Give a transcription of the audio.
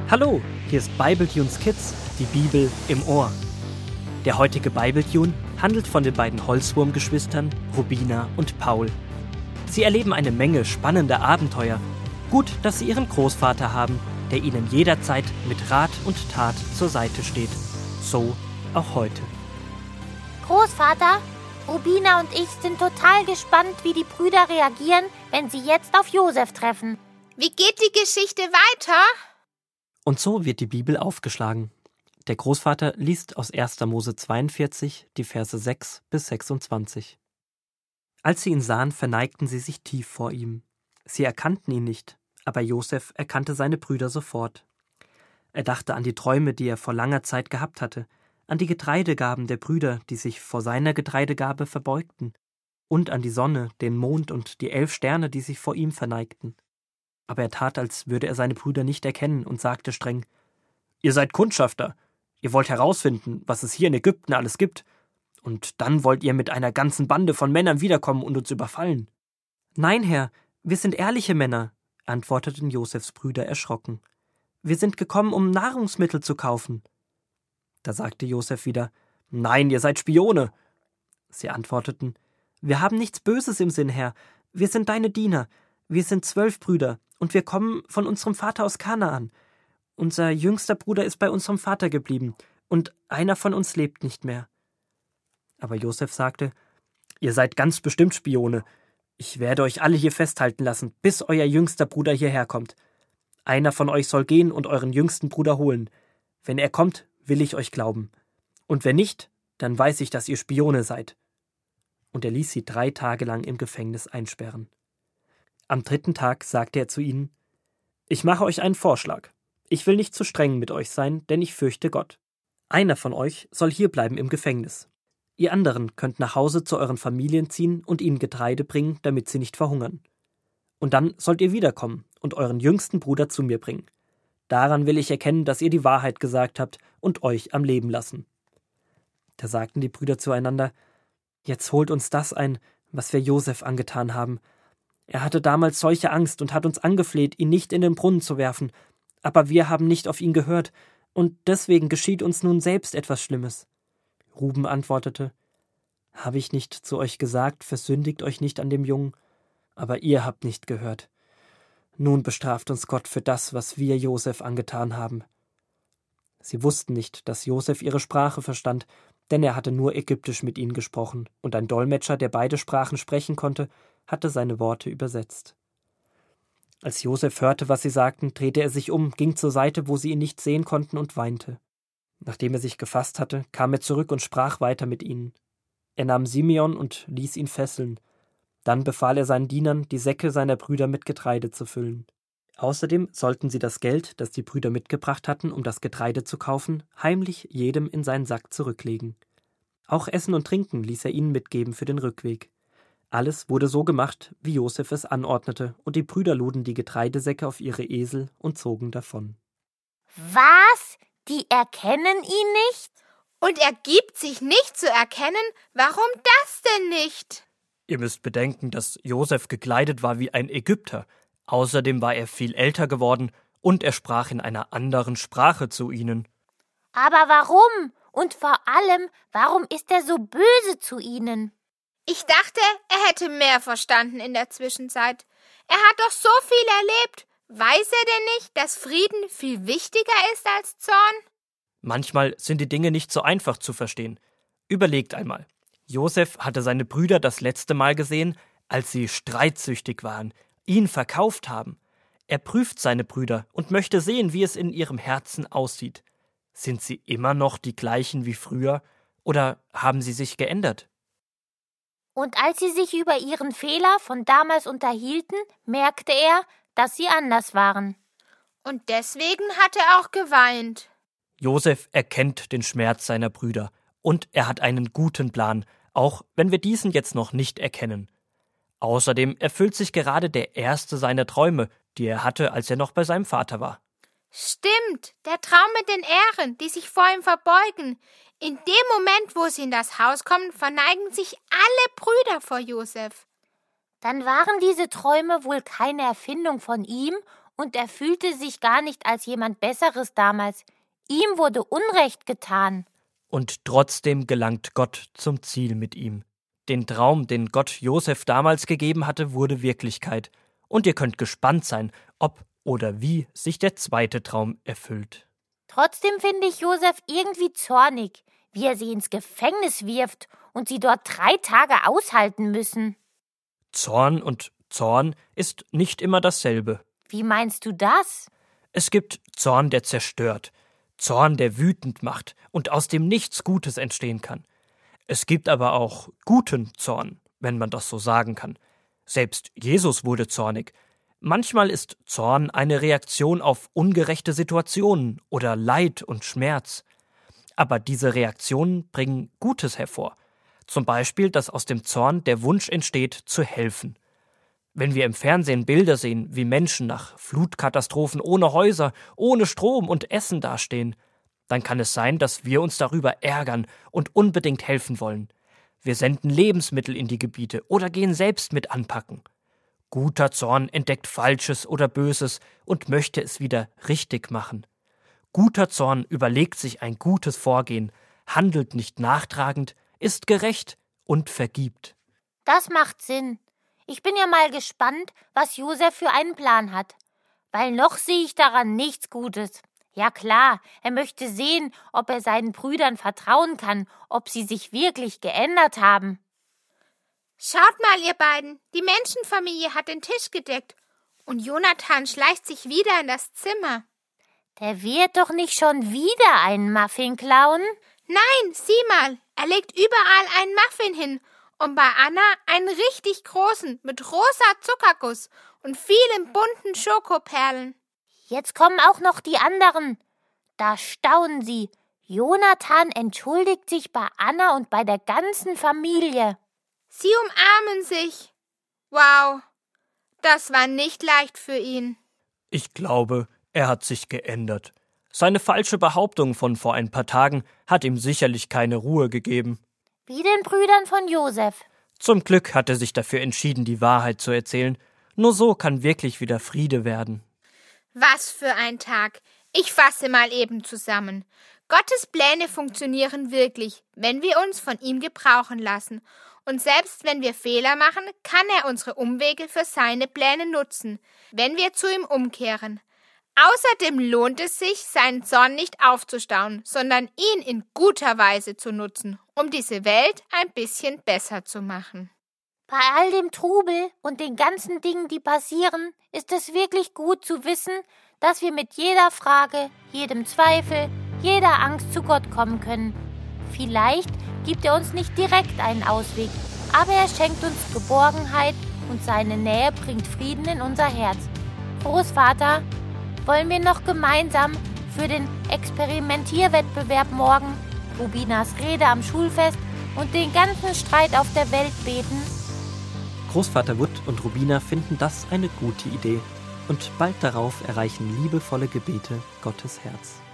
Hallo, hier ist Bibletunes Kids, die Bibel im Ohr. Der heutige Bibletune handelt von den beiden Holzwurmgeschwistern Rubina und Paul. Sie erleben eine Menge spannender Abenteuer. Gut, dass sie ihren Großvater haben, der ihnen jederzeit mit Rat und Tat zur Seite steht. So auch heute. Großvater, Rubina und ich sind total gespannt, wie die Brüder reagieren, wenn sie jetzt auf Josef treffen. Wie geht die Geschichte weiter? Und so wird die Bibel aufgeschlagen. Der Großvater liest aus 1. Mose 42, die Verse 6 bis 26. Als sie ihn sahen, verneigten sie sich tief vor ihm. Sie erkannten ihn nicht, aber Josef erkannte seine Brüder sofort. Er dachte an die Träume, die er vor langer Zeit gehabt hatte, an die Getreidegaben der Brüder, die sich vor seiner Getreidegabe verbeugten, und an die Sonne, den Mond und die 11 Sterne, die sich vor ihm verneigten. Aber er tat, als würde er seine Brüder nicht erkennen und sagte streng: »Ihr seid Kundschafter. Ihr wollt herausfinden, was es hier in Ägypten alles gibt. Und dann wollt ihr mit einer ganzen Bande von Männern wiederkommen und uns überfallen.« »Nein, Herr, wir sind ehrliche Männer«, antworteten Josefs Brüder erschrocken. »Wir sind gekommen, um Nahrungsmittel zu kaufen.« Da sagte Josef wieder: »Nein, ihr seid Spione.« Sie antworteten: »Wir haben nichts Böses im Sinn, Herr. Wir sind deine Diener. Wir sind 12 Brüder, und wir kommen von unserem Vater aus Kanaan. Unser jüngster Bruder ist bei unserem Vater geblieben, und einer von uns lebt nicht mehr.« Aber Josef sagte: »Ihr seid ganz bestimmt Spione. Ich werde euch alle hier festhalten lassen, bis euer jüngster Bruder hierher kommt. Einer von euch soll gehen und euren jüngsten Bruder holen. Wenn er kommt, will ich euch glauben. Und wenn nicht, dann weiß ich, dass ihr Spione seid.« Und er ließ sie 3 Tage lang im Gefängnis einsperren. Am 3. Tag sagte er zu ihnen: »Ich mache euch einen Vorschlag. Ich will nicht zu streng mit euch sein, denn ich fürchte Gott. Einer von euch soll hierbleiben im Gefängnis. Ihr anderen könnt nach Hause zu euren Familien ziehen und ihnen Getreide bringen, damit sie nicht verhungern. Und dann sollt ihr wiederkommen und euren jüngsten Bruder zu mir bringen. Daran will ich erkennen, dass ihr die Wahrheit gesagt habt und euch am Leben lassen.« Da sagten die Brüder zueinander: »Jetzt holt uns das ein, was wir Josef angetan haben. Er hatte damals solche Angst und hat uns angefleht, ihn nicht in den Brunnen zu werfen. Aber wir haben nicht auf ihn gehört, und deswegen geschieht uns nun selbst etwas Schlimmes.« Ruben antwortete: »Habe ich nicht zu euch gesagt, versündigt euch nicht an dem Jungen? Aber ihr habt nicht gehört. Nun bestraft uns Gott für das, was wir Josef angetan haben.« Sie wussten nicht, dass Josef ihre Sprache verstand, denn er hatte nur Ägyptisch mit ihnen gesprochen, und ein Dolmetscher, der beide Sprachen sprechen konnte, hatte seine Worte übersetzt. Als Josef hörte, was sie sagten, drehte er sich um, ging zur Seite, wo sie ihn nicht sehen konnten, und weinte. Nachdem er sich gefasst hatte, kam er zurück und sprach weiter mit ihnen. Er nahm Simeon und ließ ihn fesseln. Dann befahl er seinen Dienern, die Säcke seiner Brüder mit Getreide zu füllen. Außerdem sollten sie das Geld, das die Brüder mitgebracht hatten, um das Getreide zu kaufen, heimlich jedem in seinen Sack zurücklegen. Auch Essen und Trinken ließ er ihnen mitgeben für den Rückweg. Alles wurde so gemacht, wie Josef es anordnete, und die Brüder luden die Getreidesäcke auf ihre Esel und zogen davon. Was? Die erkennen ihn nicht? Und er gibt sich nicht zu erkennen? Warum das denn nicht? Ihr müsst bedenken, dass Josef gekleidet war wie ein Ägypter. Außerdem war er viel älter geworden und er sprach in einer anderen Sprache zu ihnen. Aber warum? Und vor allem, warum ist er so böse zu ihnen? Ich dachte, er hätte mehr verstanden in der Zwischenzeit. Er hat doch so viel erlebt. Weiß er denn nicht, dass Frieden viel wichtiger ist als Zorn? Manchmal sind die Dinge nicht so einfach zu verstehen. Überlegt einmal. Josef hatte seine Brüder das letzte Mal gesehen, als sie streitsüchtig waren, ihn verkauft haben. Er prüft seine Brüder und möchte sehen, wie es in ihrem Herzen aussieht. Sind sie immer noch die gleichen wie früher oder haben sie sich geändert? Und als sie sich über ihren Fehler von damals unterhielten, merkte er, dass sie anders waren. Und deswegen hat er auch geweint. Josef erkennt den Schmerz seiner Brüder und er hat einen guten Plan, auch wenn wir diesen jetzt noch nicht erkennen. Außerdem erfüllt sich gerade der erste seiner Träume, die er hatte, als er noch bei seinem Vater war. Stimmt, der Traum mit den Ähren, die sich vor ihm verbeugen. In dem Moment, wo sie in das Haus kommen, verneigen sich alle Brüder vor Josef. Dann waren diese Träume wohl keine Erfindung von ihm Und er fühlte sich gar nicht als jemand Besseres damals. Ihm wurde Unrecht getan. Und trotzdem gelangt Gott zum Ziel mit ihm. Den Traum, den Gott Josef damals gegeben hatte, wurde Wirklichkeit. Und ihr könnt gespannt sein, ob oder wie sich der zweite Traum erfüllt. Trotzdem finde ich Josef irgendwie zornig, wie er sie ins Gefängnis wirft und sie dort 3 Tage aushalten müssen. Zorn und Zorn ist nicht immer dasselbe. Wie meinst du das? Es gibt Zorn, der zerstört, Zorn, der wütend macht und aus dem nichts Gutes entstehen kann. Es gibt aber auch guten Zorn, wenn man das so sagen kann. Selbst Jesus wurde zornig. Manchmal ist Zorn eine Reaktion auf ungerechte Situationen oder Leid und Schmerz. Aber diese Reaktionen bringen Gutes hervor. Zum Beispiel, dass aus dem Zorn der Wunsch entsteht, zu helfen. Wenn wir im Fernsehen Bilder sehen, wie Menschen nach Flutkatastrophen ohne Häuser, ohne Strom und Essen dastehen, dann kann es sein, dass wir uns darüber ärgern und unbedingt helfen wollen. Wir senden Lebensmittel in die Gebiete oder gehen selbst mit anpacken. Guter Zorn entdeckt Falsches oder Böses und möchte es wieder richtig machen. Guter Zorn überlegt sich ein gutes Vorgehen, handelt nicht nachtragend, ist gerecht und vergibt. Das macht Sinn. Ich bin ja mal gespannt, was Josef für einen Plan hat. Weil noch sehe ich daran nichts Gutes. Ja klar, er möchte sehen, ob er seinen Brüdern vertrauen kann, ob sie sich wirklich geändert haben. Schaut mal, ihr beiden, die Menschenfamilie hat den Tisch gedeckt und Jonathan schleicht sich wieder in das Zimmer. Der wird doch nicht schon wieder einen Muffin klauen? Nein, sieh mal, er legt überall einen Muffin hin und bei Anna einen richtig großen mit rosa Zuckerguss und vielen bunten Schokoperlen. Jetzt kommen auch noch die anderen. Da staunen sie. Jonathan entschuldigt sich bei Anna und bei der ganzen Familie. Sie umarmen sich. Wow, das war nicht leicht für ihn. Ich glaube, er hat sich geändert. Seine falsche Behauptung von vor ein paar Tagen hat ihm sicherlich keine Ruhe gegeben. Wie den Brüdern von Josef. Zum Glück hat er sich dafür entschieden, die Wahrheit zu erzählen. Nur so kann wirklich wieder Friede werden. Was für ein Tag. Ich fasse mal eben zusammen. Gottes Pläne funktionieren wirklich, wenn wir uns von ihm gebrauchen lassen. Und selbst wenn wir Fehler machen, kann er unsere Umwege für seine Pläne nutzen, wenn wir zu ihm umkehren. Außerdem lohnt es sich, seinen Zorn nicht aufzustauen, sondern ihn in guter Weise zu nutzen, um diese Welt ein bisschen besser zu machen. Bei all dem Trubel und den ganzen Dingen, die passieren, ist es wirklich gut zu wissen, dass wir mit jeder Frage, jedem Zweifel, jeder Angst zu Gott kommen können. Vielleicht gibt er uns nicht direkt einen Ausweg, aber er schenkt uns Geborgenheit und seine Nähe bringt Frieden in unser Herz. Großvater, wollen wir noch gemeinsam für den Experimentierwettbewerb morgen, Rubinas Rede am Schulfest und den ganzen Streit auf der Welt beten? Großvater Wood und Rubina finden das eine gute Idee und bald darauf erreichen liebevolle Gebete Gottes Herz.